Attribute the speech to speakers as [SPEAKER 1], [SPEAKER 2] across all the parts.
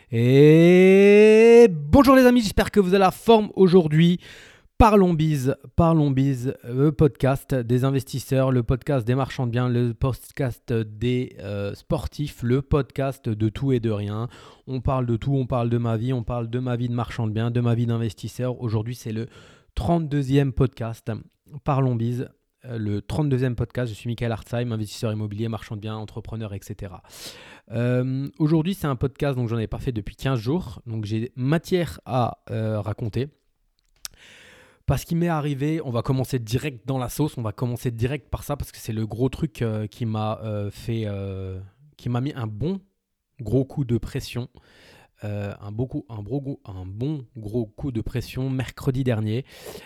[SPEAKER 1] Et bonjour les amis, j'espère que vous avez la forme aujourd'hui. Parlons bise, le podcast des investisseurs, le podcast des marchands de biens, le podcast des sportifs, le podcast de tout et de rien. On parle de tout, on parle de ma vie, on parle de ma vie de marchand de biens, de ma vie d'investisseur. Aujourd'hui, c'est le 32e podcast. Parlons bise. Le 32e podcast, je suis Michael Hartzheim, investisseur immobilier, marchand de biens, entrepreneur, etc. Aujourd'hui, c'est un podcast, donc j'en ai pas fait depuis 15 jours, donc j'ai matière à raconter. Parce qu'il m'est arrivé, on va commencer direct dans la sauce, on va commencer direct par ça, parce que c'est le gros truc qui m'a mis un bon gros coup de pression. Un bon gros coup de pression mercredi dernier.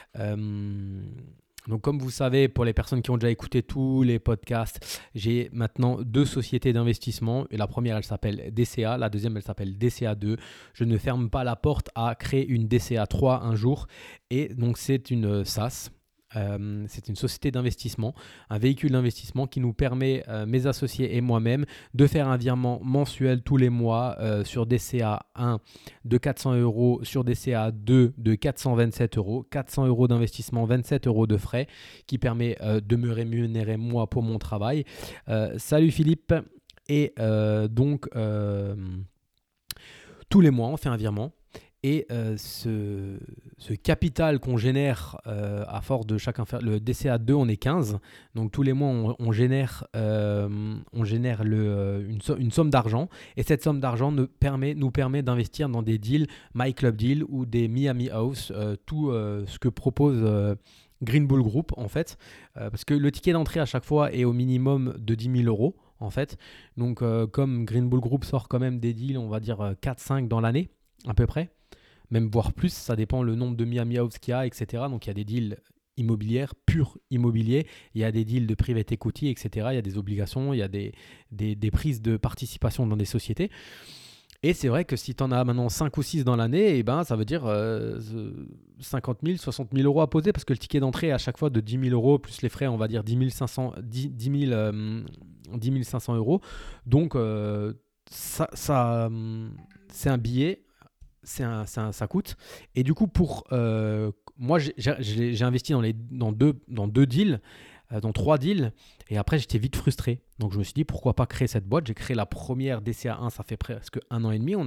[SPEAKER 1] Donc comme vous savez, pour les personnes qui ont déjà écouté tous les podcasts, j'ai maintenant 2 sociétés d'investissement. Et la première, elle s'appelle DCA. La deuxième, elle s'appelle DCA2. Je ne ferme pas la porte à créer une DCA3 un jour. Et donc c'est une SaaS. C'est une société d'investissement, un véhicule d'investissement qui nous permet, mes associés et moi-même, de faire un virement mensuel tous les mois sur DCA 1 de 400 €, sur DCA 2 de 427 €, 400 € d'investissement, 27 € de frais, qui permet de me rémunérer moi pour mon travail. Salut Philippe. Et donc, tous les mois, on fait un virement. Et ce capital qu'on génère à force de chacun faire, le DCA2, on est 15. Donc tous les mois, on génère une somme d'argent. Et cette somme d'argent nous permet d'investir dans des deals, My Club Deal ou des Miami House, tout ce que propose Green Bull Group en fait. Parce que le ticket d'entrée à chaque fois est au minimum de 10 000 € en fait. Donc comme Green Bull Group sort quand même des deals, on va dire 4-5 dans l'année à peu près. Même voire plus, ça dépend le nombre de Miami House qu'il y a, etc. Donc il y a des deals immobilières, purs immobiliers, il y a des deals de private equity, etc. Il y a des obligations, il y a des prises de participation dans des sociétés. Et c'est vrai que si tu en as maintenant 5 ou 6 dans l'année, et ben, ça veut dire 50 000, 60 000 € à poser, parce que le ticket d'entrée est à chaque fois de 10 000 €, plus les frais, on va dire 10 500 €. Donc ça, c'est un billet. Ça coûte. Et du coup, moi, j'ai investi dans deux deals, dans 3 deals. Et après, j'étais vite frustré. Donc, je me suis dit, pourquoi pas créer cette boîte. J'ai créé la première DCA1, ça fait presque 1 an et demi. On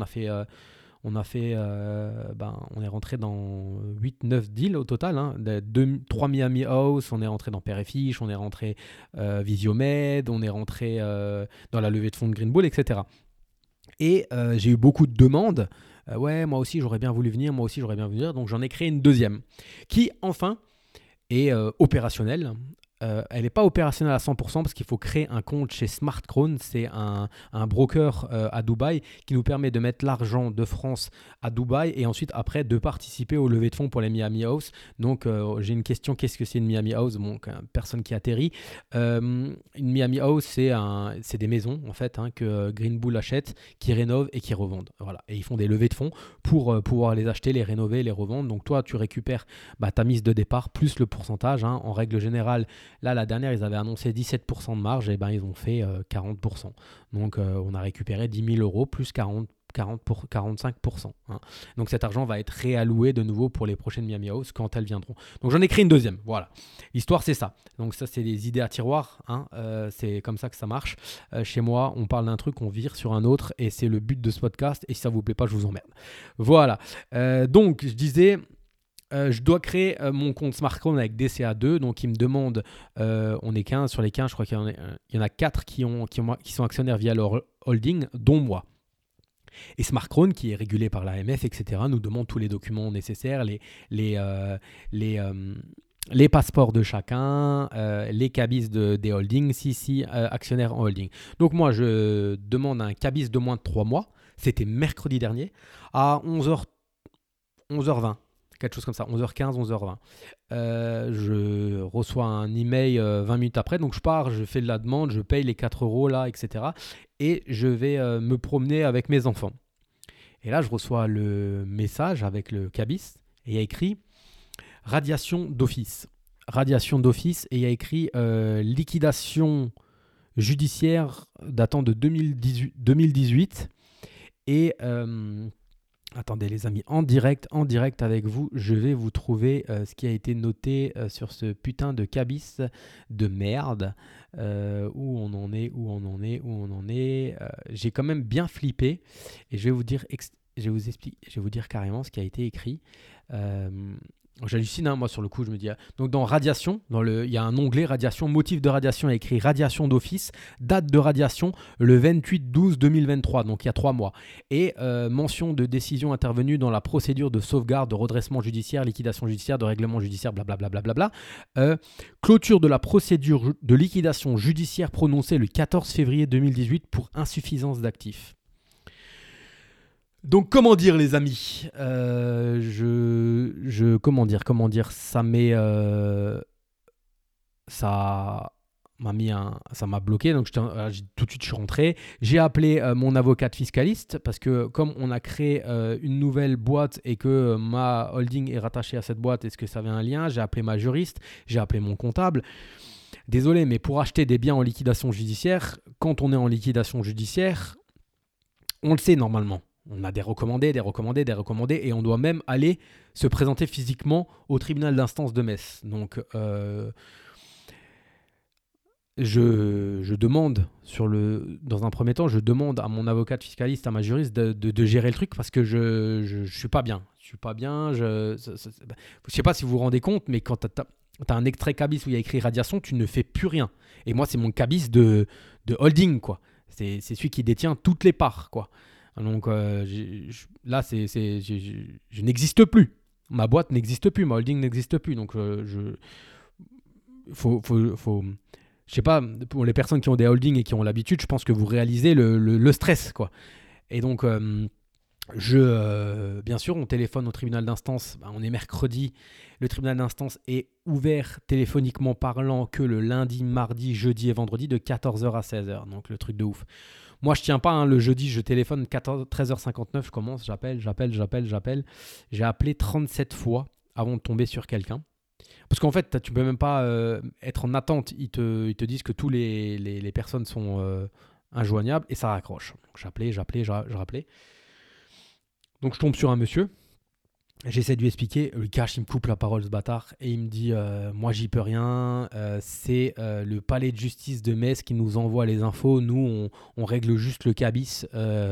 [SPEAKER 1] est rentré dans 8-9 deals au total. 3 Miami House, on est rentré dans Père et Fiche, on est rentré Visiomed, on est rentré dans la levée de fonds de Green Bull, etc. Et j'ai eu beaucoup de demandes. Ouais, moi aussi j'aurais bien voulu venir, donc j'en ai créé une deuxième qui enfin est opérationnelle. Elle n'est pas opérationnelle à 100% parce qu'il faut créer un compte chez SmartCrone, c'est un broker à Dubaï qui nous permet de mettre l'argent de France à Dubaï et ensuite après de participer au levée de fonds pour les Miami House. Donc j'ai une question, qu'est-ce que c'est une Miami House? Bon, personne qui atterrit. Une Miami House, c'est des maisons en fait que Green Bull achète, qui rénovent et qui revendent. Voilà. Et ils font des levées de fonds pour pouvoir les acheter, les rénover, les revendre. Donc toi, tu récupères ta mise de départ plus le pourcentage. En règle générale, là, la dernière, ils avaient annoncé 17% de marge, et ils ont fait 40%. Donc, on a récupéré 10 000 € plus 45%. Donc, cet argent va être réalloué de nouveau pour les prochaines Miami House quand elles viendront. Donc, j'en ai créé une deuxième. Voilà. L'histoire, c'est ça. Donc, ça, c'est des idées à tiroir. C'est comme ça que ça marche. Chez moi, on parle d'un truc, on vire sur un autre, et c'est le but de ce podcast. Et si ça ne vous plaît pas, je vous emmerde. Voilà. Donc, je disais... je dois créer mon compte SmartCrone avec DCA2, donc il me demande, on est 15 sur les 15, je crois qu'il y en a 4 qui sont actionnaires via leur holding, dont moi. Et SmartCrone, qui est régulé par l'AMF, etc., nous demande tous les documents nécessaires, les passeports de chacun, les cabis des holdings, si actionnaires en holding. Donc moi, je demande un cabis de moins de 3 mois, c'était mercredi dernier, à 11h20. Quelque chose comme ça, 11h15, 11h20. Je reçois un email 20 minutes après, donc je pars, je fais de la demande, je paye les 4 € là, etc. Et je vais me promener avec mes enfants. Et là, je reçois le message avec le cabis, et il y a écrit « Radiation d'office ». Radiation d'office, et il y a écrit liquidation judiciaire datant de 2018. Et attendez les amis, en direct avec vous, je vais vous trouver ce qui a été noté sur ce putain de cabis de merde. Où on en est. J'ai quand même bien flippé et je vais vous dire, je vais vous dire carrément ce qui a été écrit. J'hallucine, hein, moi sur le coup, je me dis. Donc dans radiation, il y a un onglet radiation, motif de radiation, il y a écrit radiation d'office, date de radiation le 28/12/2023, donc il y a 3 mois. Et mention de décision intervenue dans la procédure de sauvegarde, de redressement judiciaire, liquidation judiciaire, de règlement judiciaire, blablabla. Clôture de la procédure de liquidation judiciaire prononcée le 14 février 2018 pour insuffisance d'actifs. Donc comment dire les amis, comment dire, ça m'a bloqué, donc tout de suite je suis rentré, j'ai appelé mon avocate fiscaliste parce que comme on a créé une nouvelle boîte et que ma holding est rattachée à cette boîte, est-ce que ça avait un lien, j'ai appelé ma juriste, j'ai appelé mon comptable. Désolé, mais pour acheter des biens en liquidation judiciaire, quand on est en liquidation judiciaire, on le sait normalement. On a des recommandés, et on doit même aller se présenter physiquement au tribunal d'instance de Metz. Donc, je demande, dans un premier temps, je demande à mon avocate fiscaliste, à ma juriste, de gérer le truc parce que je suis pas bien. Je sais pas si vous vous rendez compte, mais quand tu as un extrait cabis où il y a écrit radiation, tu ne fais plus rien. Et moi, c'est mon cabis de holding, quoi. C'est celui qui détient toutes les parts, quoi. Donc là, je n'existe plus. Ma boîte n'existe plus, ma holding n'existe plus. Donc faut, je sais pas, pour les personnes qui ont des holdings et qui ont l'habitude, je pense que vous réalisez le stress, quoi. Et donc bien sûr, on téléphone au tribunal d'instance. On est mercredi. Le tribunal d'instance est ouvert téléphoniquement parlant que le lundi, mardi, jeudi et vendredi de 14h à 16h. Donc le truc de ouf. Moi, je tiens pas, hein, le jeudi, je téléphone 13h59, je commence, j'appelle. J'ai appelé 37 fois avant de tomber sur quelqu'un. Parce qu'en fait, tu peux même pas être en attente. Ils te disent que tous les personnes sont injoignables et ça raccroche. Donc, je rappelais. Donc, je tombe sur un monsieur. J'essaie de lui expliquer, le cash, il me coupe la parole ce bâtard et il me dit moi j'y peux rien, c'est le palais de justice de Metz qui nous envoie les infos, nous on règle juste le cabis,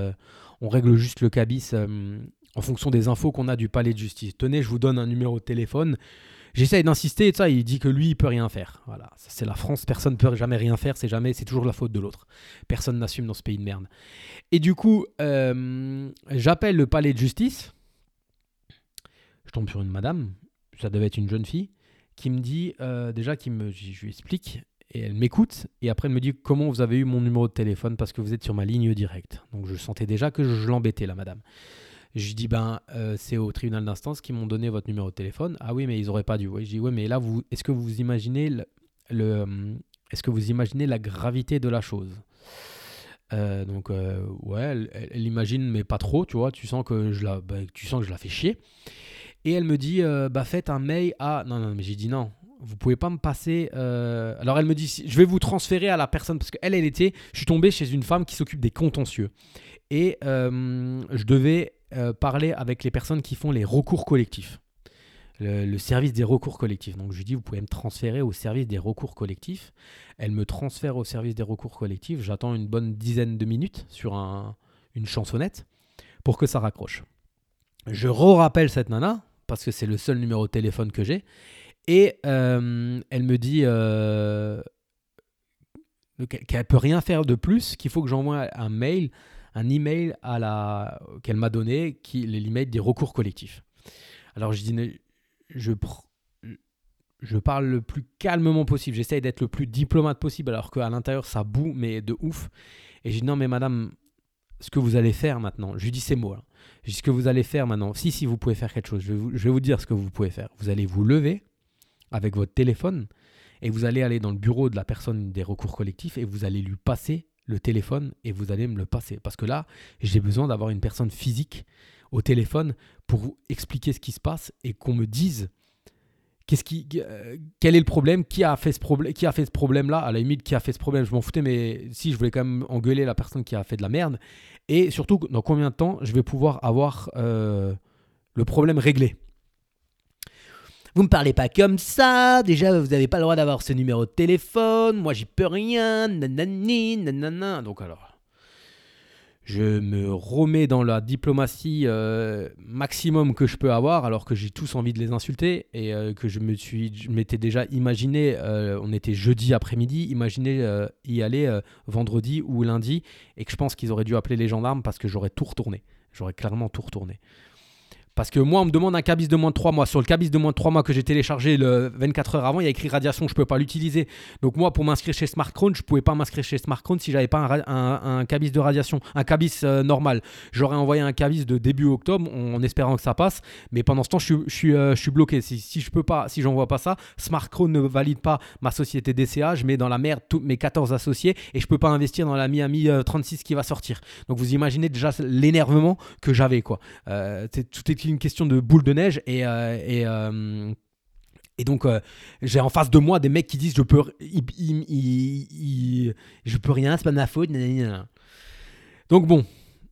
[SPEAKER 1] en fonction des infos qu'on a du palais de justice. Tenez, je vous donne un numéro de téléphone. J'essaie d'insister et ça, il dit que lui il peut rien faire. Voilà, ça, c'est la France, personne ne peut jamais rien faire, c'est toujours la faute de l'autre. Personne n'assume dans ce pays de merde. Et du coup, j'appelle le palais de justice. Je tombe sur une madame, ça devait être une jeune fille, qui me dit, je lui explique, et elle m'écoute, et après elle me dit comment vous avez eu mon numéro de téléphone, parce que vous êtes sur ma ligne directe. Donc je sentais déjà que je l'embêtais, la madame. Je lui dis, c'est au tribunal d'instance qu'ils m'ont donné votre numéro de téléphone. Ah oui, mais ils n'auraient pas dû. Oui, je dis, ouais, mais là, est-ce que vous imaginez est-ce que vous imaginez la gravité de la chose? Ouais, elle imagine, mais pas trop, tu vois, tu sens que je la fais chier. Et elle me dit, faites un mail à... Non, mais j'ai dit non, vous pouvez pas me passer... Alors elle me dit, je vais vous transférer à la personne, parce qu'elle était... Je suis tombé chez une femme qui s'occupe des contentieux. Et je devais parler avec les personnes qui font les recours collectifs. Le service des recours collectifs. Donc je lui dis, vous pouvez me transférer au service des recours collectifs. Elle me transfère au service des recours collectifs. J'attends une bonne dizaine de minutes sur une chansonnette pour que ça raccroche. Je rappelle cette nana, parce que c'est le seul numéro de téléphone que j'ai. Et elle me dit qu'elle ne peut rien faire de plus, qu'il faut que j'envoie un email qu'elle m'a donné, l'email des recours collectifs. Alors je dis, je parle le plus calmement possible, j'essaye d'être le plus diplomate possible, alors qu'à l'intérieur ça boue, mais de ouf. Et je dis, non mais madame, ce que vous allez faire maintenant, je lui dis ces mots là. Je dis, ce que vous allez faire maintenant, si vous pouvez faire quelque chose, je vais vous dire ce que vous pouvez faire. Vous allez vous lever avec votre téléphone et vous allez aller dans le bureau de la personne des recours collectifs et vous allez lui passer le téléphone et vous allez me le passer. Parce que là, j'ai besoin d'avoir une personne physique au téléphone pour vous expliquer ce qui se passe et qu'on me dise quel est le problème? Qui a fait ce problème? Qui a fait ce problème-là? À la limite, qui a fait ce problème, je m'en foutais, mais si, je voulais quand même engueuler la personne qui a fait de la merde. Et surtout, dans combien de temps je vais pouvoir avoir le problème réglé? Vous me parlez pas comme ça. Déjà, vous n'avez pas le droit d'avoir ce numéro de téléphone. Moi, j'y peux rien. Nanani, nanana. Donc alors, je me remets dans la diplomatie maximum que je peux avoir, alors que j'ai tous envie de les insulter et que je m'étais déjà imaginé, on était jeudi après-midi, imaginé y aller vendredi ou lundi, et que je pense qu'ils auraient dû appeler les gendarmes parce que j'aurais tout retourné. J'aurais clairement tout retourné. Parce que moi, on me demande un cabis de moins de 3 mois. Sur le cabis de moins de 3 mois que j'ai téléchargé le 24 heures avant, il y a écrit radiation, je ne peux pas l'utiliser. Donc moi, pour m'inscrire chez Smartchrone, je ne pouvais pas m'inscrire chez Smartchrone si je n'avais pas un cabis de radiation, un cabis normal. J'aurais envoyé un cabis de début octobre en espérant que ça passe. Mais pendant ce temps, je suis bloqué. Si je peux pas, si j'envoie pas ça, Smartchrone ne valide pas ma société DCA. Je mets dans la merde tous mes 14 associés et je ne peux pas investir dans la Miami 36 qui va sortir. Donc vous imaginez déjà l'énervement que j'avais, quoi. Tout est une question de boule de neige et donc j'ai en face de moi des mecs qui disent je peux rien, c'est pas de ma faute. Donc bon,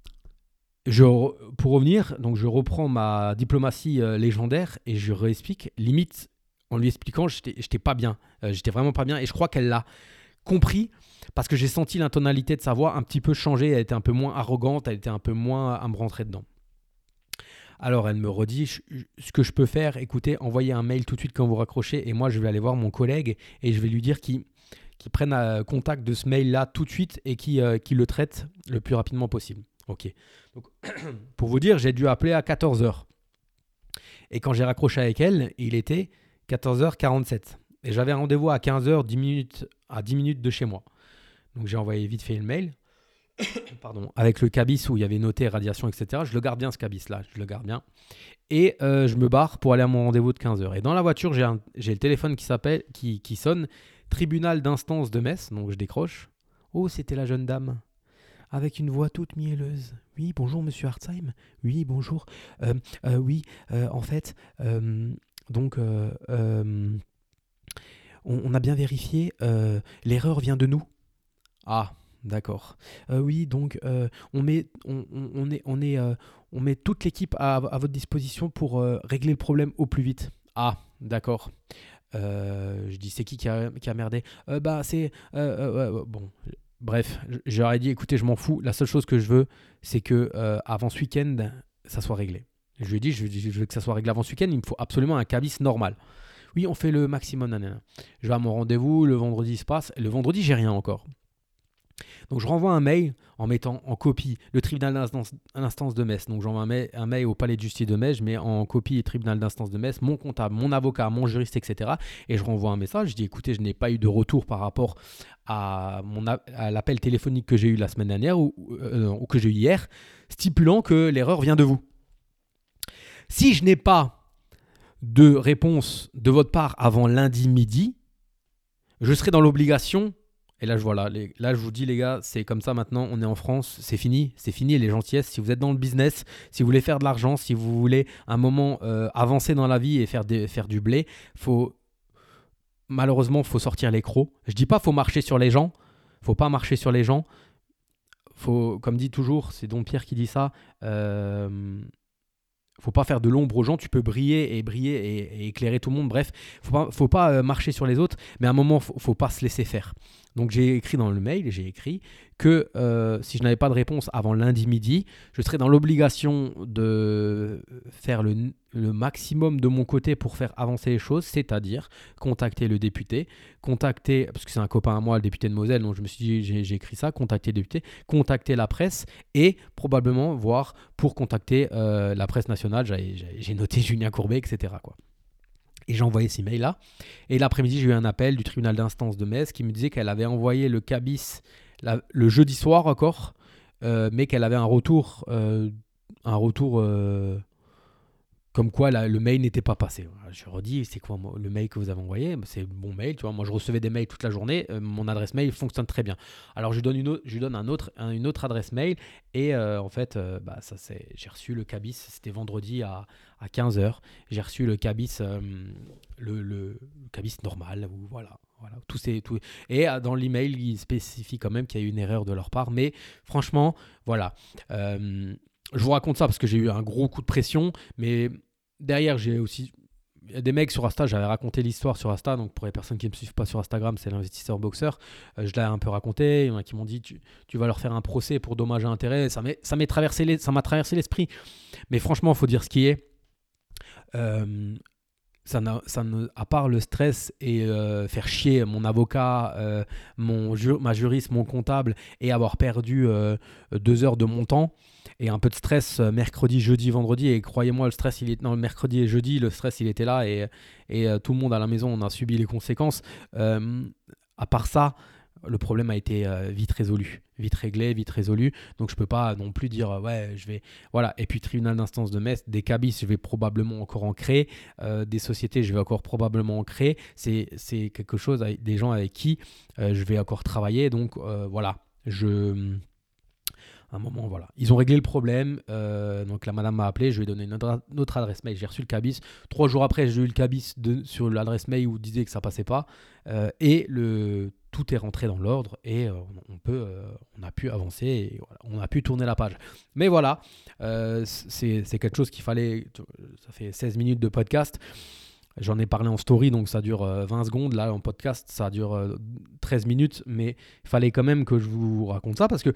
[SPEAKER 1] pour revenir, donc je reprends ma diplomatie légendaire et je réexplique, limite en lui expliquant j'étais pas bien, j'étais vraiment pas bien, et je crois qu'elle l'a compris parce que j'ai senti l'intonalité de sa voix un petit peu changer. Elle était un peu moins arrogante, elle était un peu moins à me rentrer dedans. Alors elle me redit ce que je peux faire. Écoutez, envoyez un mail tout de suite quand vous raccrochez et moi je vais aller voir mon collègue et je vais lui dire qu'il prenne contact de ce mail-là tout de suite et qu'il le traite le plus rapidement possible. Ok. Donc, pour vous dire, j'ai dû appeler à 14h. Et quand j'ai raccroché avec elle, il était 14h47. Et j'avais un rendez-vous à 15h, 10 minutes de chez moi. Donc j'ai envoyé vite fait le mail. Pardon, avec le cabis où il y avait noté radiation, etc. Je le garde bien, ce cabis-là, je le garde bien. Et je me barre pour aller à mon rendez-vous de 15h. Et dans la voiture, j'ai le téléphone qui sonne, tribunal d'instance de Metz, donc je décroche. Oh, c'était la jeune dame, avec une voix toute mielleuse. Oui, bonjour, monsieur Hartzheim. Oui, bonjour. Oui, en fait, donc, on a bien vérifié, l'erreur vient de nous. Ah, d'accord. Oui, donc on met toute l'équipe à votre disposition pour régler le problème au plus vite. Ah, d'accord. Je dis, c'est qui a merdé? C'est... bon, bref, j'aurais dit, écoutez, je m'en fous. La seule chose que je veux, c'est que avant ce week-end, ça soit réglé. Je lui ai dit, je veux que ça soit réglé avant ce week-end. Il me faut absolument un cabis normal. Oui, on fait le maximum. Nanana. Je vais à mon rendez-vous, le vendredi se passe. Le vendredi, j'ai rien encore. Donc je renvoie un mail en mettant en copie le tribunal d'instance de Metz. Donc j'envoie un mail au palais de justice de Metz, je mets en copie le tribunal d'instance de Metz, mon comptable, mon avocat, mon juriste, etc. Et je renvoie un message, je dis écoutez, je n'ai pas eu de retour par rapport à l'appel téléphonique que j'ai eu la semaine dernière ou que j'ai eu hier, stipulant que l'erreur vient de vous. Si je n'ai pas de réponse de votre part avant lundi midi, je serai dans l'obligation. Et là, je vous dis, les gars, c'est comme ça maintenant, on est en France, c'est fini les gentillesses. Si vous êtes dans le business, si vous voulez faire de l'argent, si vous voulez un moment avancer dans la vie et faire du blé, malheureusement, faut sortir les crocs. Je dis pas faut marcher sur les gens, faut pas marcher sur les gens. Faut, comme dit toujours, c'est Don Pierre qui dit ça, faut pas faire de l'ombre aux gens, tu peux briller et éclairer tout le monde. Bref, faut pas marcher sur les autres, mais à un moment, faut pas se laisser faire. Donc j'ai écrit dans le mail, que si je n'avais pas de réponse avant lundi midi, je serais dans l'obligation de faire le maximum de mon côté pour faire avancer les choses, c'est-à-dire contacter le député, parce que c'est un copain à moi, le député de Moselle, donc je me suis dit, j'ai écrit ça, contacter le député, contacter la presse et probablement voir pour contacter la presse nationale, j'ai noté Julien Courbet, etc. quoi. Et j'ai envoyé ces mails-là. Et l'après-midi, j'ai eu un appel du tribunal d'instance de Metz qui me disait qu'elle avait envoyé le cabis le jeudi soir encore, mais qu'elle avait un retour Comme quoi le mail n'était pas passé. Voilà, je redis, c'est quoi le mail que vous avez envoyé? C'est le bon mail, tu vois. Moi, je recevais des mails toute la journée. Mon adresse mail fonctionne très bien. Alors, je lui donne une autre adresse mail. Et en fait, j'ai reçu le cabis. C'était vendredi à 15h. J'ai reçu le cabis, le cabis normal. Voilà. Voilà, tout. Et dans l'email, il spécifie quand même qu'il y a eu une erreur de leur part. Mais franchement, voilà. Je vous raconte ça parce que j'ai eu un gros coup de pression, mais derrière, j'ai aussi il y a des mecs sur Insta, j'avais raconté l'histoire sur Insta, donc pour les personnes qui ne me suivent pas sur Instagram, c'est l'investisseur boxeur. Je l'ai un peu raconté, il y en a qui m'ont dit tu vas leur faire un procès pour dommage à intérêt, ça m'a traversé l'esprit. Mais franchement, il faut dire ce qui est. Euh, à part le stress et faire chier mon avocat, ma juriste, mon comptable et avoir perdu 2 heures de mon temps et un peu de stress mercredi, jeudi, vendredi, et croyez-moi, le stress, le mercredi et jeudi, le stress, il était là, et tout le monde à la maison, on a subi les conséquences. À part ça, le problème a été vite résolu, vite réglé, vite résolu. Donc je peux pas non plus dire ouais, je vais voilà. Et puis tribunal d'instance de Metz, des cabis, je vais probablement encore en créer, des sociétés, je vais encore probablement en créer. C'est quelque chose avec des gens avec qui je vais encore travailler. Donc voilà, à un moment, voilà. Ils ont réglé le problème. Donc la madame m'a appelé, je lui ai donné une autre adresse mail. J'ai reçu le cabis. 3 jours après, j'ai eu le cabis sur l'adresse mail où il disait que ça passait pas. Et tout est rentré dans l'ordre et on a pu avancer et voilà, on a pu tourner la page. Mais voilà, c'est quelque chose qu'il fallait. Ça fait 16 minutes de podcast. J'en ai parlé en story, donc ça dure 20 secondes. Là, en podcast, ça dure 13 minutes. Mais il fallait quand même que je vous raconte ça parce que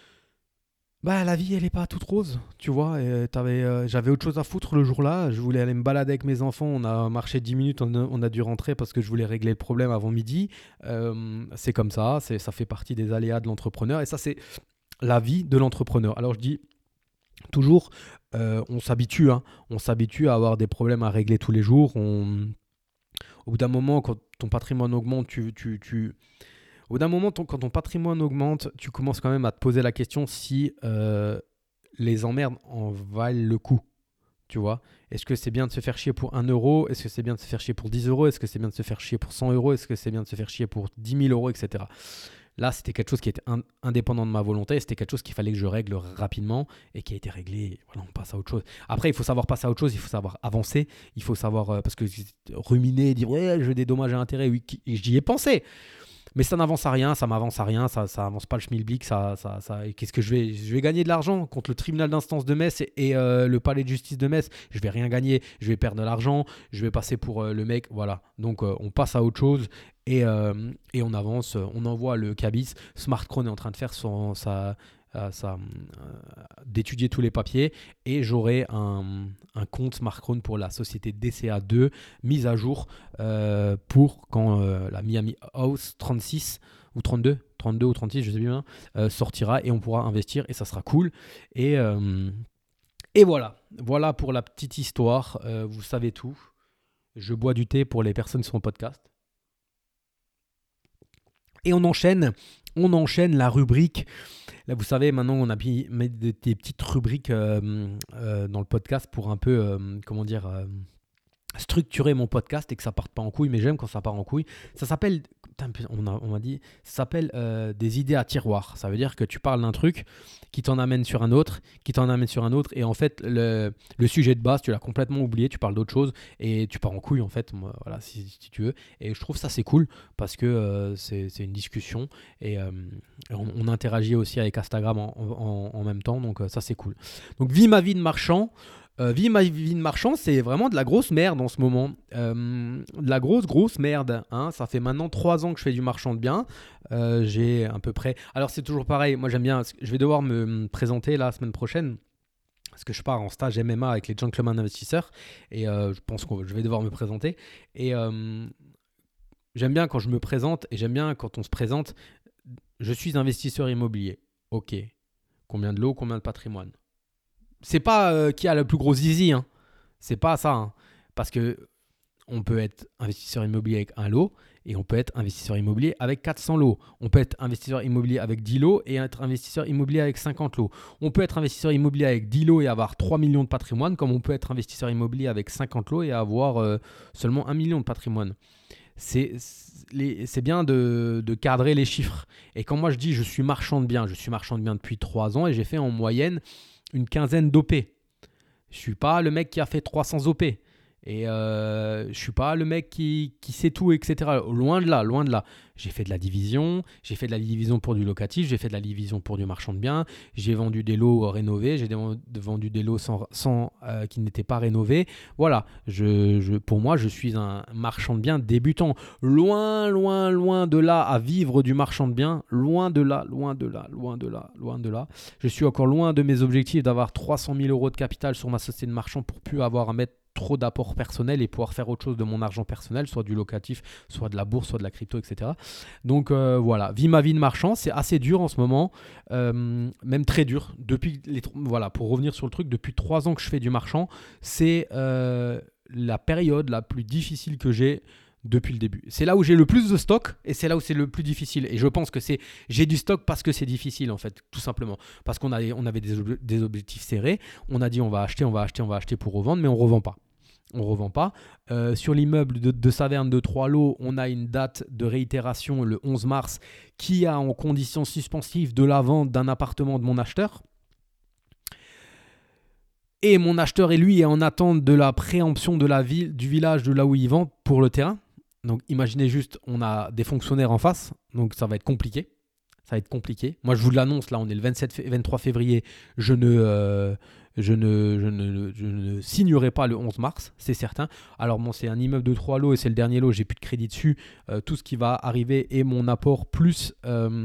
[SPEAKER 1] la vie, elle est pas toute rose, tu vois. Et j'avais autre chose à foutre le jour-là. Je voulais aller me balader avec mes enfants. On a marché 10 minutes, on a dû rentrer parce que je voulais régler le problème avant midi. C'est comme ça, ça fait partie des aléas de l'entrepreneur. Et ça, c'est la vie de l'entrepreneur. Alors, je dis toujours, on s'habitue. On s'habitue à avoir des problèmes à régler tous les jours. Au bout d'un moment, quand ton patrimoine augmente, au bout d'un moment, quand ton patrimoine augmente, tu commences quand même à te poser la question si les emmerdes en valent le coup. Tu vois, est-ce que c'est bien de se faire chier pour 1 euro? Est-ce que c'est bien de se faire chier pour 10 euros? Est-ce que c'est bien de se faire chier pour 100 euros? Est-ce que c'est bien de se faire chier pour 10 000 euros, etc. Là, c'était quelque chose qui était indépendant de ma volonté. C'était quelque chose qu'il fallait que je règle rapidement et qui a été réglé. Voilà, on passe à autre chose. Après, il faut savoir passer à autre chose. Il faut savoir avancer. Il faut savoir, parce que ruminer, dire ouais, je veux des dommages à intérêt. Oui, j'y ai pensé. Mais ça n'avance à rien, ça m'avance à rien, ça avance pas le schmilblick, et qu'est-ce que je vais gagner de l'argent contre le tribunal d'instance de Metz et le palais de justice de Metz? Je vais rien gagner, je vais perdre de l'argent, je vais passer pour le mec, voilà. Donc on passe à autre chose et on avance, on envoie le cabis. Smartchrone est en train de faire d'étudier tous les papiers et j'aurai un compte Smartchrone pour la société DCA2 mise à jour pour quand la Miami House 36 ou 32 ou 36, je sais bien, sortira et on pourra investir et ça sera cool. Et voilà pour la petite histoire. Vous savez tout. Je bois du thé pour les personnes qui sont en podcast. Et on enchaîne la rubrique. Là, vous savez, maintenant, on a mis des petites rubriques dans le podcast pour un peu, structurer mon podcast et que ça parte pas en couille. Mais j'aime quand ça part en couille. Ça s'appelle, on m'a dit, ça s'appelle des idées à tiroir. Ça veut dire que tu parles d'un truc qui t'en amène sur un autre, et en fait, le sujet de base, tu l'as complètement oublié, tu parles d'autre chose et tu pars en couille, en fait, moi, voilà, si tu veux. Et je trouve ça, c'est cool parce que c'est une discussion et on interagit aussi avec Instagram en même temps, donc ça, c'est cool. Donc, vis ma vie de marchand. Vie ma vie de marchand, c'est vraiment de la grosse merde en ce moment. De la grosse merde. Ça fait maintenant 3 ans que je fais du marchand de biens. J'ai à peu près... Alors c'est toujours pareil, moi j'aime bien... Je vais devoir me présenter la semaine prochaine. Parce que je pars en stage MMA avec les Gentlemen Investisseurs. Et je pense que je vais devoir me présenter. Et j'aime bien quand je me présente. Et j'aime bien quand on se présente. Je suis investisseur immobilier. Ok. Combien de lots, combien de patrimoine? C'est pas qui a le plus gros zizi, hein. C'est pas ça, hein. Parce que On peut être investisseur immobilier avec un lot et on peut être investisseur immobilier avec 400 lots. On peut être investisseur immobilier avec 10 lots et être investisseur immobilier avec 50 lots. On peut être investisseur immobilier avec 10 lots et avoir 3 millions de patrimoine, comme on peut être investisseur immobilier avec 50 lots et avoir seulement 1 million de patrimoine. C'est bien de cadrer les chiffres. Et quand moi je dis je suis marchand de biens depuis 3 ans et j'ai fait en moyenne une quinzaine d'OP. Je suis pas le mec qui a fait 300 OP. Et je suis pas le mec qui sait tout, etc. Loin de là, loin de là. J'ai fait de la division, pour du locatif, j'ai fait de la division pour du marchand de biens, j'ai vendu des lots rénovés, j'ai vendu des lots qui n'étaient pas rénovés. Voilà, pour moi, je suis un marchand de biens débutant. Loin, loin, loin de là à vivre du marchand de biens. Loin de là, loin de là, loin de là, loin de là. Je suis encore loin de mes objectifs d'avoir 300 000 euros de capital sur ma société de marchand pour plus avoir à mettre trop d'apports personnels et pouvoir faire autre chose de mon argent personnel, soit du locatif, soit de la bourse, soit de la crypto, etc. Donc voilà, ma vie de marchand, c'est assez dur en ce moment, même très dur. Voilà, pour revenir sur le truc, depuis 3 ans que je fais du marchand, c'est la période la plus difficile que j'ai depuis le début. C'est là où j'ai le plus de stock et c'est là où c'est le plus difficile. Et je pense que j'ai du stock parce que c'est difficile en fait, tout simplement. Parce qu'on avait des objectifs serrés. On a dit on va acheter pour revendre, mais on revend pas. Sur l'immeuble de Saverne de 3 lots, on a une date de réitération le 11 mars qui a en condition suspensive de la vente d'un appartement de mon acheteur. Et mon acheteur et lui est en attente de la préemption de la ville, du village de là où il vend pour le terrain. Donc imaginez juste, on a des fonctionnaires en face, donc ça va être compliqué. Moi je vous l'annonce, là on est le 23 février, je ne signerai pas le 11 mars, c'est certain. Alors bon, c'est un immeuble de 3 lots et c'est le dernier lot, j'ai plus de crédit dessus. Tout ce qui va arriver est mon apport plus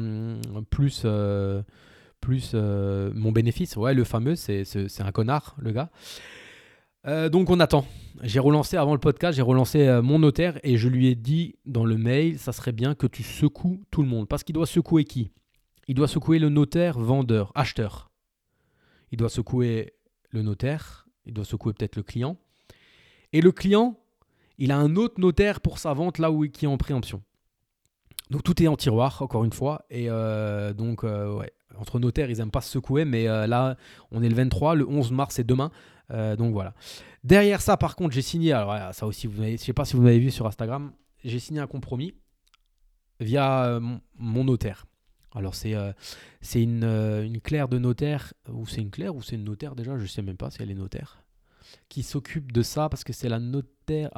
[SPEAKER 1] mon bénéfice. Ouais, le fameux, c'est un connard, le gars. Donc on attend. J'ai relancé avant le podcast, mon notaire et je lui ai dit dans le mail, ça serait bien que tu secoues tout le monde. Parce qu'il doit secouer qui ? Il doit secouer le notaire, vendeur, acheteur. Il doit secouer le notaire, il doit secouer peut-être le client. Et le client, il a un autre notaire pour sa vente là où qui est en préemption. Donc tout est en tiroir, encore une fois. Et ouais. Entre notaires, ils n'aiment pas se secouer, mais là, on est le 23, le 11 mars, c'est demain. Donc voilà. Derrière ça, par contre, j'ai signé, alors ça aussi, je ne sais pas si vous m'avez vu sur Instagram, j'ai signé un compromis via mon notaire. Alors c'est une clerc de notaire, ou c'est une clerc ou c'est une notaire déjà, je ne sais même pas si elle est notaire, qui s'occupe de ça parce que c'est la notaire...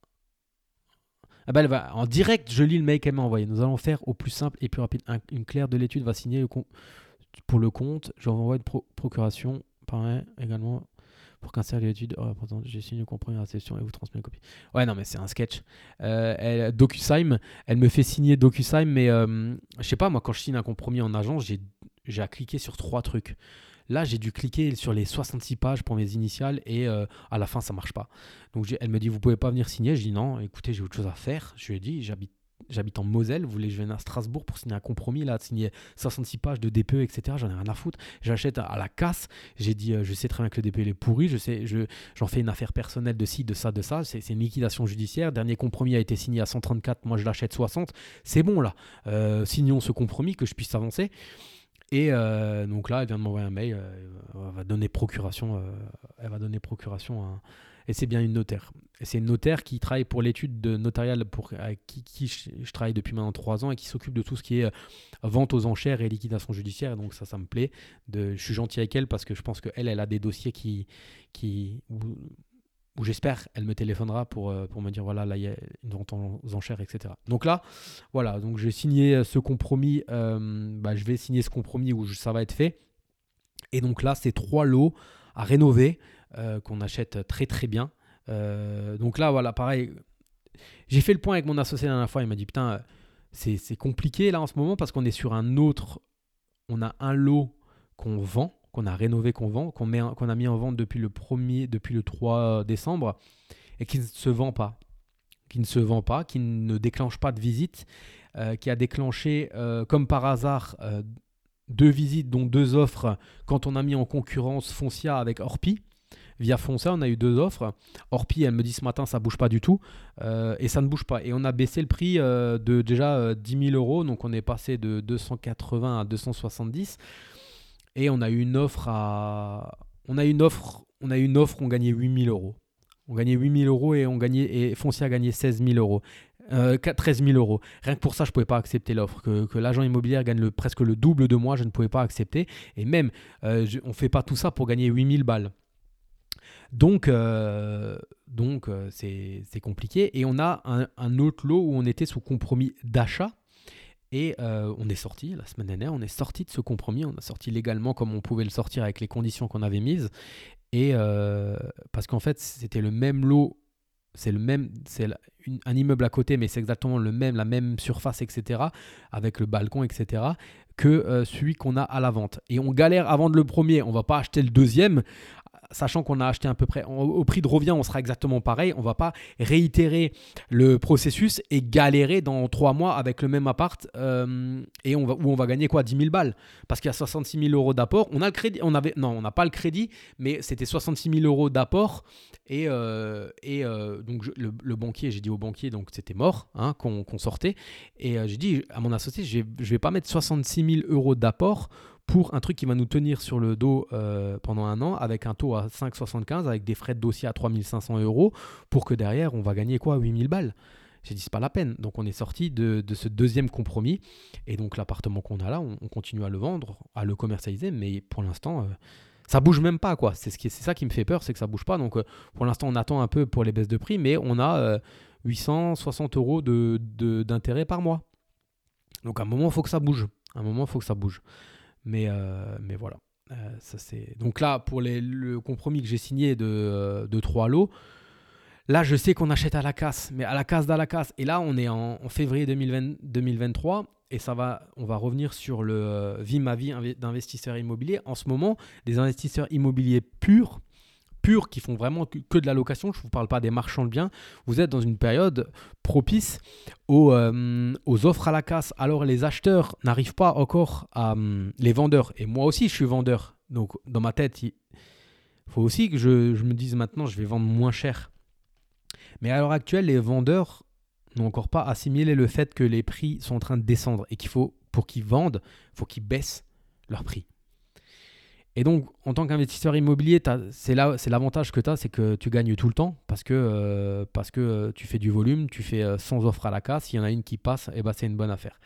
[SPEAKER 1] Ah bah elle va, en direct, je lis le mail qu'elle m'a envoyé. Nous allons faire au plus simple et plus rapide. Une clerc de l'étude va signer pour le compte. Je envoie une procuration. Pareil, également, pour qu'un service d'étude. J'ai signé le compromis à la réception et vous transmets une copie. Ouais, non, mais c'est un sketch. DocuSign, elle me fait signer DocuSign, mais je sais pas, moi, quand je signe un compromis en agence, j'ai à cliquer sur 3 trucs. Là, j'ai dû cliquer sur les 66 pages pour mes initiales et à la fin, ça ne marche pas. Donc, elle me dit, vous pouvez pas venir signer. Je dis non, écoutez, j'ai autre chose à faire. Je lui ai dit, j'habite en Moselle. Vous voulez que je vienne à Strasbourg pour signer un compromis, là, signer 66 pages de DPE, etc. J'en ai rien à foutre. J'achète à la casse. J'ai dit, je sais très bien que le DPE est pourri. J'en fais une affaire personnelle de ci, de ça, de ça. C'est une liquidation judiciaire. Dernier compromis a été signé à 134. Moi, je l'achète 60. C'est bon, là. Signons ce compromis que je puisse avancer. Et donc là, elle vient de m'envoyer un mail, elle va donner procuration, et c'est bien une notaire. Et c'est une notaire qui travaille pour l'étude notariale avec qui je travaille depuis maintenant 3 ans et qui s'occupe de tout ce qui est vente aux enchères et liquidation judiciaire. Donc ça me plaît. Je suis gentil avec elle parce que je pense qu'elle a des dossiers où j'espère elle me téléphonera pour me dire voilà, là il y a une vente aux enchères, etc. Donc là, voilà, donc j'ai signé ce compromis, je vais signer ce compromis où ça va être fait. Et donc là, c'est 3 lots à rénover qu'on achète très très bien. Donc là, voilà, pareil, j'ai fait le point avec mon associé la dernière fois, il m'a dit putain, c'est compliqué là en ce moment parce qu'on est sur on a un lot qu'on vend, qu'on a rénové, qu'on a mis en vente depuis le 3 décembre et qui ne se vend pas, qui ne déclenche pas de visite, qui a déclenché comme par hasard 2 visites dont 2 offres quand on a mis en concurrence Foncia avec Orpi. Via Foncia, on a eu 2 offres. Orpi, elle me dit ce matin, ça bouge pas du tout. Et ça ne bouge pas. Et on a baissé le prix de déjà 10 000 euros. Donc on est passé de 280 à 270. Et on a eu une offre on a eu une offre, on gagnait 8 000 euros. On gagnait 8 000 euros et Foncia a gagné 16 000 euros. 13 000 euros. Rien que pour ça, je ne pouvais pas accepter l'offre. Que l'agent immobilier gagne presque le double de moi, je ne pouvais pas accepter. Et même, on ne fait pas tout ça pour gagner 8 000 balles. Donc c'est compliqué. Et on a un autre lot où on était sous compromis d'achat. Et on est sorti, la semaine dernière, on est sorti de ce compromis. On a sorti légalement comme on pouvait le sortir avec les conditions qu'on avait mises. Et parce qu'en fait, c'était le même lot. Un immeuble à côté, mais c'est exactement la même surface, etc., avec le balcon, etc., que celui qu'on a à la vente. Et on galère à vendre le premier, on ne va pas acheter le deuxième, sachant qu'on a acheté à peu près, au prix de revient, on sera exactement pareil, on ne va pas réitérer le processus et galérer dans 3 mois avec le même appart, et où on va gagner quoi, 10 000 balles, parce qu'il y a 66 000 euros d'apport, on a le crédit, on n'a pas le crédit, mais c'était 66 000 euros d'apport, et donc le banquier, j'ai dit au banquier, donc c'était mort, hein, qu'on sortait, et j'ai dit à mon associé, je vais pas mettre 66 000 euros d'apport pour un truc qui va nous tenir sur le dos pendant 1 an, avec un taux à 5,75, avec des frais de dossier à 3 500 euros, pour que derrière, on va gagner quoi, 8 000 balles. J'ai dit, c'est pas la peine. Donc, on est sorti de ce deuxième compromis. Et donc, l'appartement qu'on a là, on continue à le vendre, à le commercialiser, mais pour l'instant, ça bouge même pas, quoi. C'est ça qui me fait peur, c'est que ça bouge pas. Donc, pour l'instant, on attend un peu pour les baisses de prix, mais on a 860 euros d'intérêt par mois. Donc, à un moment, il faut que ça bouge. Mais voilà. Ça, c'est... Donc là, pour le compromis que j'ai signé de 3 lots, là, je sais qu'on achète à la casse, mais à la casse. Et là, on est en février 2023 et on va revenir sur le vie ma vie d'investisseur immobilier. En ce moment, des investisseurs immobiliers purs qui font vraiment que de la location, je ne vous parle pas des marchands de biens, vous êtes dans une période propice aux offres à la casse. Alors les acheteurs n'arrivent pas encore à les vendeurs, et moi aussi je suis vendeur, donc dans ma tête il faut aussi que je me dise maintenant je vais vendre moins cher. Mais à l'heure actuelle, les vendeurs n'ont encore pas assimilé le fait que les prix sont en train de descendre et pour qu'ils vendent, il faut qu'ils baissent leur prix. Et donc, en tant qu'investisseur immobilier, c'est l'avantage que tu as, c'est que tu gagnes tout le temps parce que tu fais du volume, tu fais 100 offres à la casse. S'il y en a une qui passe, eh ben, c'est une bonne affaire.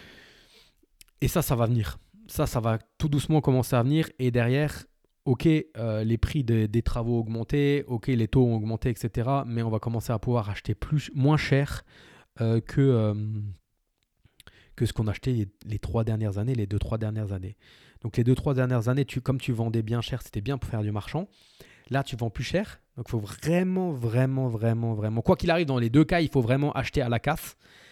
[SPEAKER 1] Et ça va venir. Ça va tout doucement commencer à venir. Et derrière, ok, les prix des travaux ont augmenté, ok, les taux ont augmenté, etc. Mais on va commencer à pouvoir acheter moins cher que ce qu'on achetait les 2-3 dernières années. Donc les 2-3 dernières années, comme tu vendais bien cher, c'était bien pour faire du marchand. Là, tu vends plus cher. Donc il faut vraiment, quoi qu'il arrive dans les 2 cas, il faut vraiment acheter à la casse.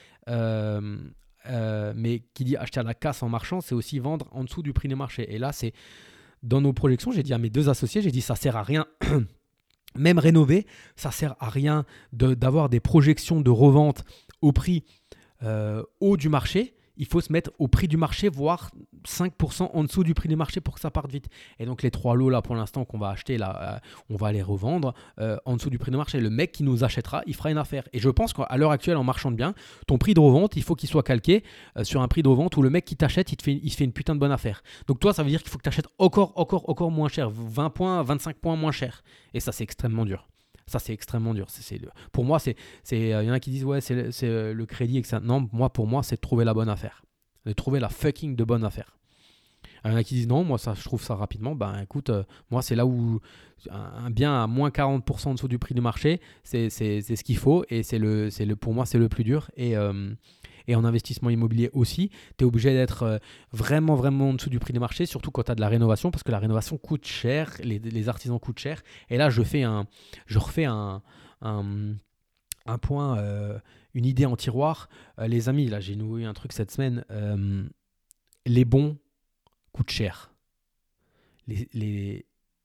[SPEAKER 1] Mais qui dit acheter à la casse en marchand, c'est aussi vendre en dessous du prix du marché. Et là, c'est dans nos projections, j'ai dit à mes 2 associés, j'ai dit ça sert à rien. Même rénover, ça sert à rien d'avoir des projections de revente au prix haut du marché. Il faut se mettre au prix du marché, voire 5% en dessous du prix du marché pour que ça parte vite. Et donc les 3 lots là pour l'instant qu'on va acheter, là, on va les revendre en dessous du prix du marché. Le mec qui nous achètera, il fera une affaire. Et je pense qu'à l'heure actuelle, en marchand de biens, ton prix de revente, il faut qu'il soit calqué sur un prix de revente où le mec qui t'achète, il se fait une putain de bonne affaire. Donc toi, ça veut dire qu'il faut que tu achètes encore moins cher, 20 points, 25 points moins cher. Et ça, c'est extrêmement dur. Pour moi, il y en a qui disent ouais, c'est le crédit et que ça. Non, pour moi, c'est de trouver la bonne affaire. De trouver la fucking de bonne affaire. Il y en a qui disent non, moi, je trouve ça rapidement. Ben écoute, moi, c'est là où un bien à moins 40% en dessous du prix du marché, c'est ce qu'il faut et pour moi, c'est le plus dur. Et en investissement immobilier aussi, tu es obligé d'être vraiment en dessous du prix du marché, surtout quand tu as de la rénovation, parce que la rénovation coûte cher, les artisans coûtent cher. Et là, je refais un point, une idée en tiroir. Les amis, là, j'ai noué un truc cette semaine. Les bons coûtent cher. Les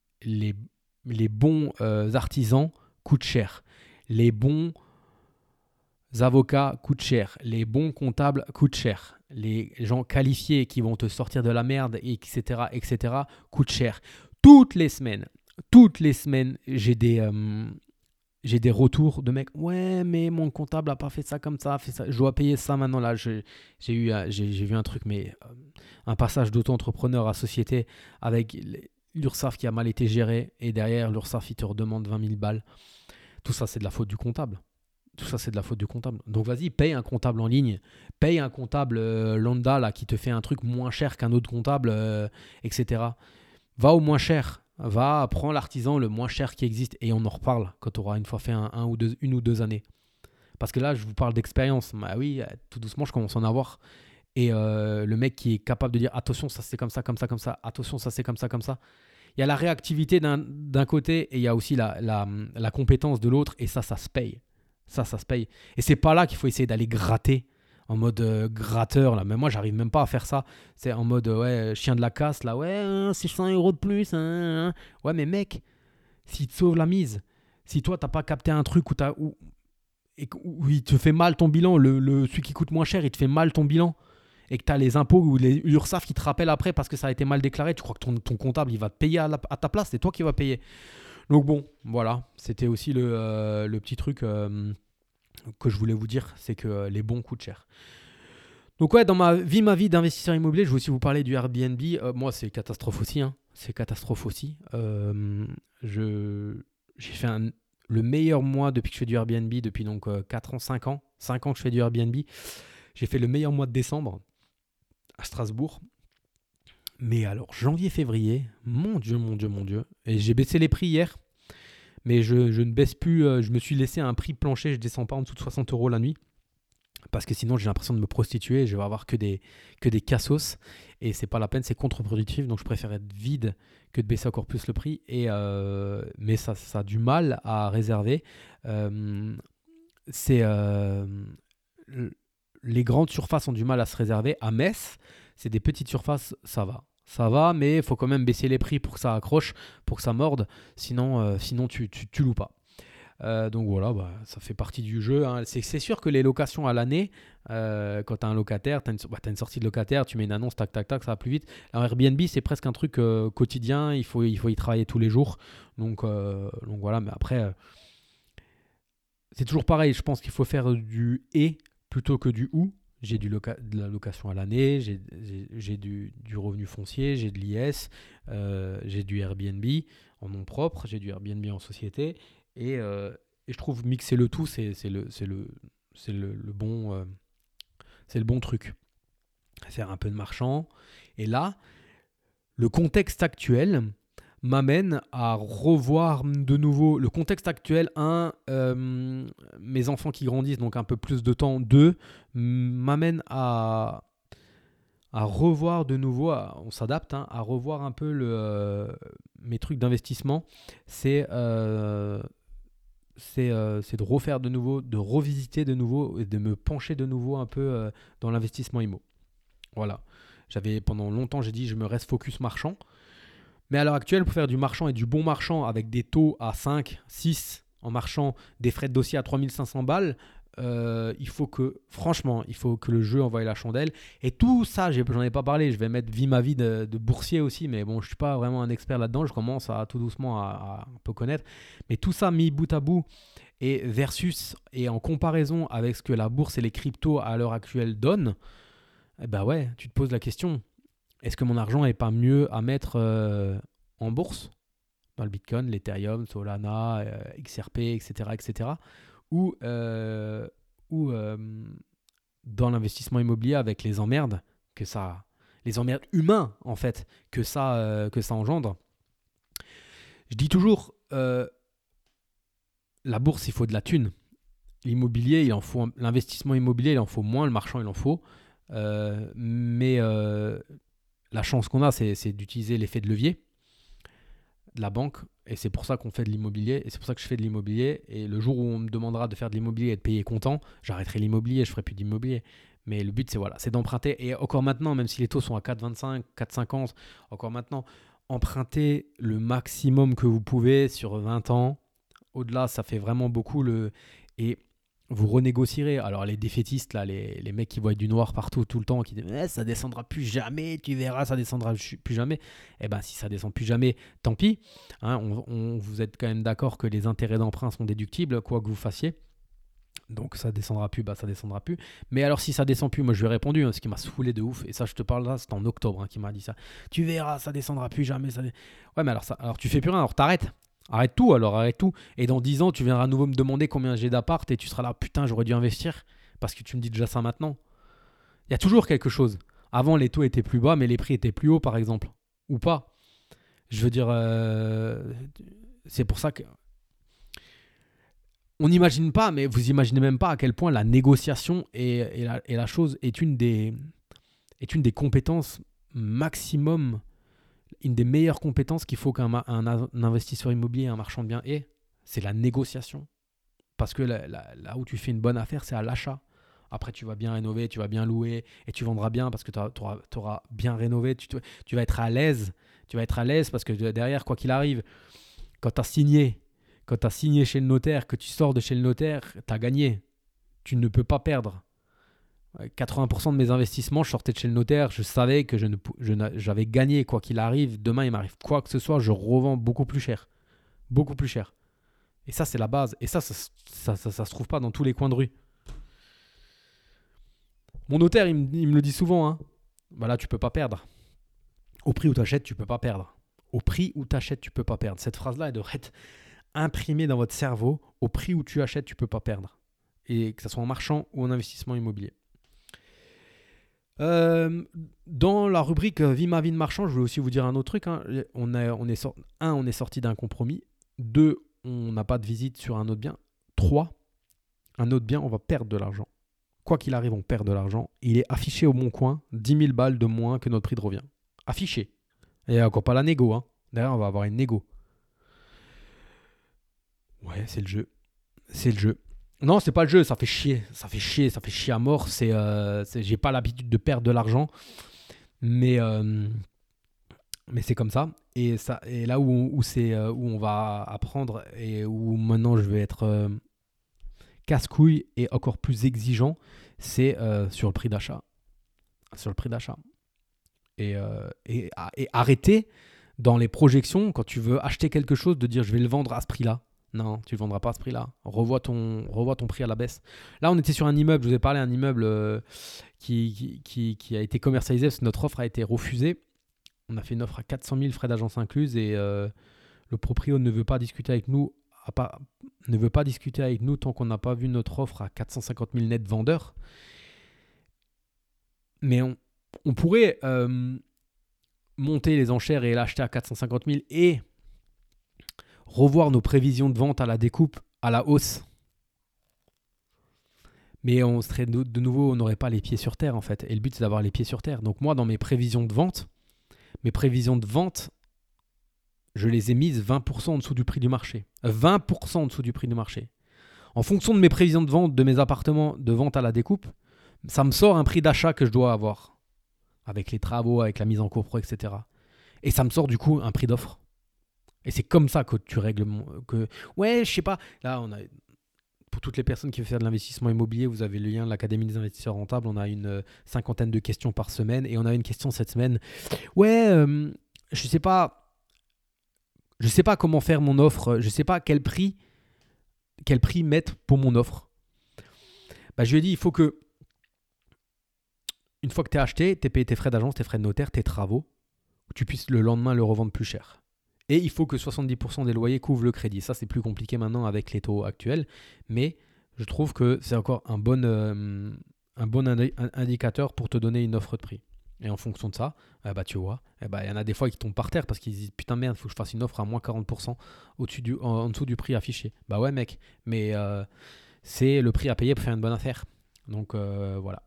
[SPEAKER 1] bons artisans coûtent cher. Les bons avocats coûtent cher, les bons comptables coûtent cher, les gens qualifiés qui vont te sortir de la merde, etc., coûtent cher. Toutes les semaines, toutes les semaines, j'ai des retours de mecs. Ouais, mais mon comptable a pas fait ça comme ça, fait ça. Je dois payer ça maintenant. Là, j'ai vu un truc, mais un passage d'auto-entrepreneur à société avec l'URSSAF qui a mal été géré et derrière l'URSSAF il te redemande 20 000 balles. Tout ça, c'est de la faute du comptable. Tout ça, c'est de la faute du comptable. Donc vas-y, paye un comptable en ligne. Paye un comptable lambda là, qui te fait un truc moins cher qu'un autre comptable, etc. Va au moins cher. Va, prends l'artisan le moins cher qui existe et on en reparle quand tu auras une fois fait une ou deux années. Parce que là, je vous parle d'expérience. Bah oui, tout doucement, je commence à en avoir. Et le mec qui est capable de dire attention, ça c'est comme ça, comme ça, comme ça. Attention, ça c'est comme ça, comme ça. Il y a la réactivité d'un côté et il y a aussi la compétence de l'autre. Et ça se paye. Ça se paye. Et c'est pas là qu'il faut essayer d'aller gratter en mode gratteur. Là. Mais moi, j'arrive même pas à faire ça. C'est en mode ouais, chien de la casse. Là, ouais, c'est 100 € de plus. Ouais, mais mec, s'il te sauve la mise, si toi, t'as pas capté un truc où il te fait mal ton bilan, celui qui coûte moins cher, il te fait mal ton bilan, et que tu as les impôts ou les URSSAF qui te rappellent après parce que ça a été mal déclaré, tu crois que ton comptable il va te payer à ta place, c'est toi qui vas payer. Donc bon, voilà, c'était aussi le petit truc que je voulais vous dire, c'est que les bons coûtent cher. Donc ouais, dans ma vie d'investisseur immobilier, je vais aussi vous parler du Airbnb. Moi, c'est catastrophe aussi. C'est catastrophe aussi. J'ai fait le meilleur mois depuis que je fais du Airbnb, depuis donc 4 ans, 5 ans. 5 ans que je fais du Airbnb. J'ai fait le meilleur mois de décembre à Strasbourg. Mais alors, janvier, février, mon Dieu. Et j'ai baissé les prix hier. Mais je ne baisse plus. Je me suis laissé un prix plancher. Je ne descends pas en dessous de 60 € la nuit. Parce que sinon, j'ai l'impression de me prostituer. Je vais avoir que des cassos. Et c'est pas la peine, c'est contre-productif. Donc, je préfère être vide que de baisser encore plus le prix. Mais ça a du mal à réserver. Les grandes surfaces ont du mal à se réserver. À Metz, c'est des petites surfaces, ça va. Ça va, mais il faut quand même baisser les prix pour que ça accroche, pour que ça morde. Sinon tu loues pas. Donc voilà, ça fait partie du jeu. C'est sûr que les locations à l'année, quand tu as un locataire, tu as une sortie de locataire, tu mets une annonce, tac, tac, tac, ça va plus vite. Alors Airbnb, c'est presque un truc quotidien, il faut y travailler tous les jours. Donc voilà, mais après, c'est toujours pareil. Je pense qu'il faut faire du « et » plutôt que du « ou ». J'ai de la location à l'année, j'ai du revenu foncier, j'ai de l'IS, j'ai du Airbnb en nom propre, j'ai du Airbnb en société. Et je trouve mixer le tout, c'est le bon truc. Faire un peu de marchand. Et là, le contexte actuel m'amène à revoir de nouveau le contexte actuel. Mes enfants qui grandissent, donc un peu plus de temps. 2, m'amène à revoir de nouveau, on s'adapte, à revoir un peu mes trucs d'investissement. C'est de refaire de nouveau, de revisiter de nouveau et de me pencher de nouveau un peu dans l'investissement immo. Voilà. Pendant longtemps, j'ai dit je me reste focus marchand. Mais à l'heure actuelle, pour faire du marchand et du bon marchand avec des taux à 5, 6 en marchand, des frais de dossier à 3500 balles, il faut que le jeu envoie la chandelle. Et tout ça, j'en ai pas parlé, je vais mettre ma vie de boursier aussi, mais bon, je suis pas vraiment un expert là-dedans, je commence à tout doucement à un peu connaître. Mais tout ça mis bout à bout et en comparaison avec ce que la bourse et les cryptos à l'heure actuelle donnent, ouais, tu te poses la question. Est-ce que mon argent n'est pas mieux à mettre en bourse, dans le Bitcoin, l'Ethereum, Solana, XRP, etc. ou dans l'investissement immobilier avec les emmerdes les emmerdes humains en fait que ça engendre. Je dis toujours, la bourse il faut de la thune. L'immobilier il en faut, l'investissement immobilier il en faut moins, le marchand il en faut, mais la chance qu'on a, c'est d'utiliser l'effet de levier de la banque. Et c'est pour ça qu'on fait de l'immobilier. Et c'est pour ça que je fais de l'immobilier. Et le jour où on me demandera de faire de l'immobilier et de payer content, j'arrêterai l'immobilier, je ferai plus d'immobilier. Mais le but, c'est d'emprunter. Et encore maintenant, même si les taux sont à 4,25, 4,50, encore maintenant, empruntez le maximum que vous pouvez sur 20 ans. Au-delà, ça fait vraiment beaucoup. Et vous renégocierez. Alors les défaitistes, là, les mecs qui voient du noir partout tout le temps, qui disent ça descendra plus jamais, tu verras, ça descendra plus jamais. Eh ben si ça descend plus jamais, tant pis. Hein, vous êtes quand même d'accord que les intérêts d'emprunt sont déductibles, quoi que vous fassiez. Donc ça descendra plus, bah ça descendra plus. Mais alors si ça descend plus, moi je lui ai répondu, ce qui m'a saoulé de ouf, et ça je te parle là, c'était en octobre qu'il m'a dit ça. Tu verras, ça descendra plus jamais. Ouais mais alors tu fais plus rien, alors t'arrêtes. Arrête tout alors, arrête tout. Et dans 10 ans, tu viendras à nouveau me demander combien j'ai d'appart et tu seras là, putain, j'aurais dû investir parce que tu me dis déjà ça maintenant. Il y a toujours quelque chose. Avant, les taux étaient plus bas, mais les prix étaient plus hauts, par exemple. Ou pas. Je veux dire, c'est pour ça que. On n'imagine pas, mais vous imaginez même pas à quel point la négociation et la chose est une des compétences maximum, une des meilleures compétences qu'il faut qu'un investisseur immobilier, un marchand de biens ait, c'est la négociation. Parce que là où tu fais une bonne affaire, c'est à l'achat. Après, tu vas bien rénover, tu vas bien louer et tu vendras bien parce que tu auras bien rénové. Tu vas être à l'aise. Tu vas être à l'aise parce que derrière, quoi qu'il arrive, quand tu as signé, chez le notaire, que tu sors de chez le notaire, tu as gagné. Tu ne peux pas perdre. 80% de mes investissements, je sortais de chez le notaire, je savais que j'avais gagné quoi qu'il arrive. Demain, il m'arrive quoi que ce soit, je revends beaucoup plus cher. Beaucoup plus cher. Et ça, c'est la base. Et ça se trouve pas dans tous les coins de rue. Mon notaire, il me le dit souvent. Hein. Bah là, tu peux pas perdre. Au prix où tu achètes, tu peux pas perdre. Au prix où tu achètes, tu peux pas perdre. Cette phrase-là, elle devrait être imprimée dans votre cerveau. Au prix où tu achètes, tu peux pas perdre. Et que ce soit en marchand ou en investissement immobilier. Dans la rubrique Vie ma vie de marchand, je voulais aussi vous dire un autre truc. Hein. On est sorti d'un compromis. 2, on n'a pas de visite sur un autre bien. 3, un autre bien, on va perdre de l'argent. Quoi qu'il arrive, on perd de l'argent. Il est affiché au bon coin, 10 000 balles de moins que notre prix de revient. Affiché. Et encore pas la négo. Hein. D'ailleurs, on va avoir une négo. Ouais, c'est le jeu. C'est le jeu. Non, c'est pas le jeu, ça fait chier. Ça fait chier à mort. J'ai pas l'habitude de perdre de l'argent. Mais c'est comme ça. Et là où on va apprendre et où maintenant je vais être casse-couille et encore plus exigeant, c'est sur le prix d'achat. Sur le prix d'achat. Et arrêter dans les projections, quand tu veux acheter quelque chose, de dire je vais le vendre à ce prix-là. Non, tu ne le vendras pas à ce prix-là. Revois ton prix à la baisse. Là, on était sur un immeuble, je vous ai parlé, un immeuble qui a été commercialisé parce que notre offre a été refusée. On a fait une offre à 400 000 frais d'agence incluse et le proprio ne veut pas discuter avec nous tant qu'on n'a pas vu notre offre à 450 000 net vendeurs. Mais on pourrait monter les enchères et l'acheter à 450 000 et revoir nos prévisions de vente à la découpe à la hausse. Mais on serait de nouveau, on n'aurait pas les pieds sur terre en fait. Et le but, c'est d'avoir les pieds sur terre. Donc moi, dans mes prévisions de vente, je les ai mises 20% en dessous du prix du marché. 20% en dessous du prix du marché. En fonction de mes prévisions de vente de mes appartements de vente à la découpe, ça me sort un prix d'achat que je dois avoir. Avec les travaux, avec la mise en copro, etc. Et ça me sort du coup un prix d'offre. Et c'est comme ça que tu règles ouais, je sais pas. Là, on a... Pour toutes les personnes qui veulent faire de l'investissement immobilier, vous avez le lien de l'Académie des investisseurs rentables. On a une 50aine de questions par semaine. Et on a une question cette semaine. Ouais, je sais pas comment faire mon offre. Je sais pas quel prix mettre pour mon offre. Bah, je lui ai dit, il faut que, une fois que tu as acheté, tu as payé tes frais d'agence, tes frais de notaire, tes travaux, tu puisses le lendemain le revendre plus cher. Et il faut que 70% des loyers couvrent le crédit. Ça, c'est plus compliqué maintenant avec les taux actuels. Mais je trouve que c'est encore un bon indicateur pour te donner une offre de prix. Et en fonction de ça, tu vois, il y en a des fois qui tombent par terre parce qu'ils disent putain merde, il faut que je fasse une offre à moins 40% en dessous du prix affiché. Bah ouais mec, mais c'est le prix à payer pour faire une bonne affaire. Donc voilà.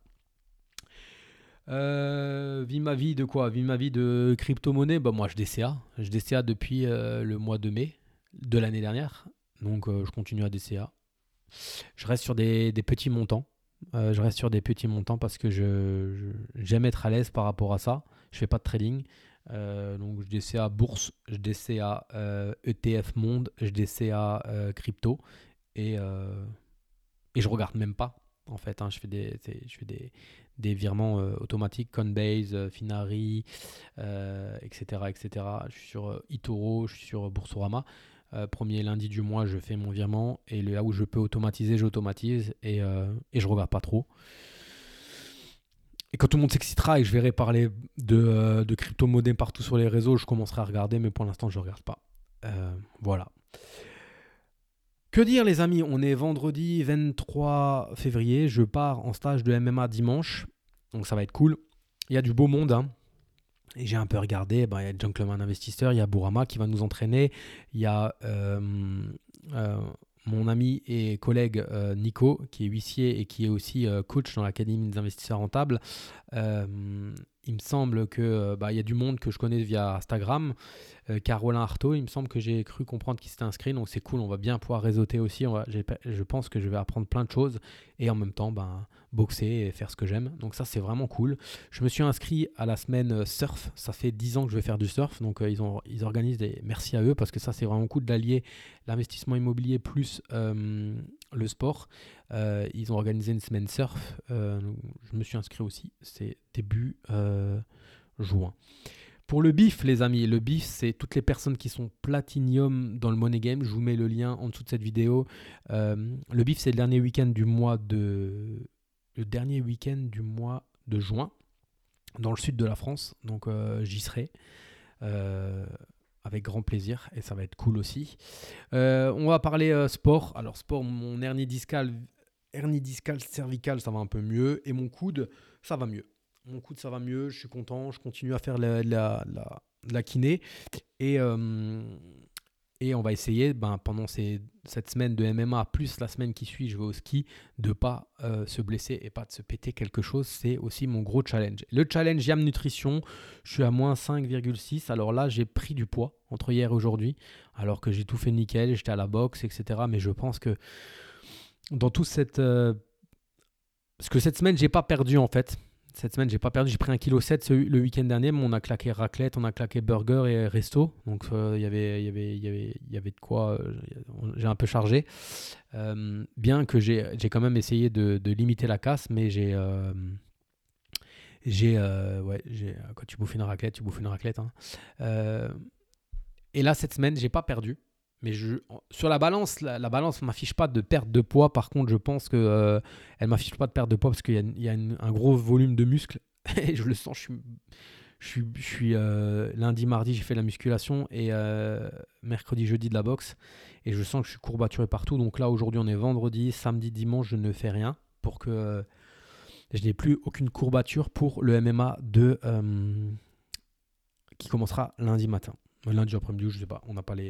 [SPEAKER 1] Vie ma vie de quoi? Vie ma vie de crypto-monnaie. Bah moi je DCA. Je DCA depuis le mois de mai de l'année dernière. Donc je continue à DCA. Je reste sur des petits montants. Je reste sur des petits montants parce que j'aime être à l'aise par rapport à ça. Je fais pas de trading. Donc je DCA bourse, je DCA ETF monde, je DCA crypto et Et je regarde même pas, en fait. Hein. Je fais des virements automatiques, Coinbase, Finari, etc., etc. Je suis sur eToro, je suis sur Boursorama. Premier lundi du mois, je fais mon virement. Et là où je peux automatiser, j'automatise. Et je regarde pas trop. Et quand tout le monde s'excitera et que je verrai parler de crypto-monnaies partout sur les réseaux, je commencerai à regarder. Mais pour l'instant, je ne regarde pas. Voilà. Que dire les amis, on est vendredi 23 février, je pars en stage de MMA dimanche, donc ça va être cool. Il y a du beau monde, hein. Et j'ai un peu regardé, il y a Gentleman Investisseur, il y a Bourama qui va nous entraîner, il y a mon ami et collègue Nico qui est huissier et qui est aussi coach dans l'Académie des investisseurs rentables. Il me semble que y a du monde que je connais via Instagram. Caroline Artaud, il me semble que j'ai cru comprendre qu'il s'était inscrit, donc c'est cool, on va bien pouvoir réseauter aussi. Je pense que je vais apprendre plein de choses et en même temps boxer et faire ce que j'aime. Donc ça, c'est vraiment cool. Je me suis inscrit à la semaine surf. Ça fait 10 ans que je vais faire du surf, donc ils organisent des... Merci à eux parce que ça, c'est vraiment cool d'allier l'investissement immobilier plus le sport. Ils ont organisé une semaine surf. Je me suis inscrit aussi. C'est début juin. Pour le BIF, les amis, le BIF, c'est toutes les personnes qui sont Platinium dans le Money Game. Je vous mets le lien en dessous de cette vidéo. Le BIF, c'est le dernier week-end du mois de juin, dans le sud de la France. Donc, j'y serai avec grand plaisir et ça va être cool aussi. On va parler sport. Alors, sport, mon hernie discale cervicale, ça va un peu mieux. Et mon coude, ça va mieux. Mon coude, ça va mieux, je suis content, je continue à faire la kiné. Et on va essayer, pendant cette semaine de MMA, plus la semaine qui suit, je vais au ski, de ne pas se blesser et pas de se péter quelque chose. C'est aussi mon gros challenge. Le challenge Yam Nutrition, je suis à moins 5,6. Alors là, j'ai pris du poids entre hier et aujourd'hui, alors que j'ai tout fait nickel, j'étais à la boxe, etc. Mais je pense que dans toute cette... parce que cette semaine, j'ai pas perdu en fait. Cette semaine, j'ai pas perdu. J'ai pris 1,7 kg le week-end dernier, mais on a claqué raclette, on a claqué burger et resto. Donc, il y avait de quoi. J'ai un peu chargé. Bien que j'ai quand même essayé de limiter la casse, mais quand tu bouffes une raclette, tu bouffes une raclette. Hein. Et là, cette semaine, j'ai pas perdu. Mais sur la balance, la balance ne m'affiche pas de perte de poids. Par contre, je pense qu'elle ne m'affiche pas de perte de poids parce qu'il y a un gros volume de muscles. Et je le sens, je suis lundi, mardi, j'ai fait la musculation et mercredi, jeudi de la boxe. Et je sens que je suis courbaturé partout. Donc là, aujourd'hui, on est vendredi, samedi, dimanche, je ne fais rien pour que je n'ai plus aucune courbature pour le MMA qui commencera lundi matin. Lundi après-midi, je sais pas, on n'a pas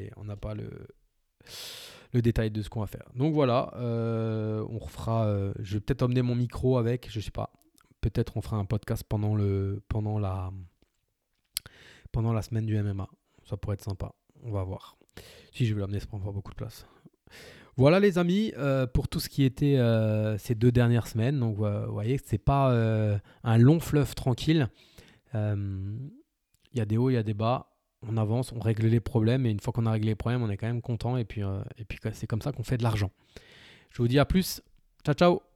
[SPEAKER 1] le détail de ce qu'on va faire. Donc voilà, on refera. Je vais peut-être emmener mon micro avec, je sais pas. Peut-être on fera un podcast pendant la semaine du MMA. Ça pourrait être sympa. On va voir. Si je vais l'amener, ça prend pas beaucoup de place. Voilà les amis, pour tout ce qui était ces 2 dernières semaines. Donc vous voyez que c'est pas un long fleuve tranquille. Il y a des hauts, il y a des bas. On avance, on règle les problèmes et une fois qu'on a réglé les problèmes, on est quand même content et puis c'est comme ça qu'on fait de l'argent. Je vous dis à plus. Ciao, ciao.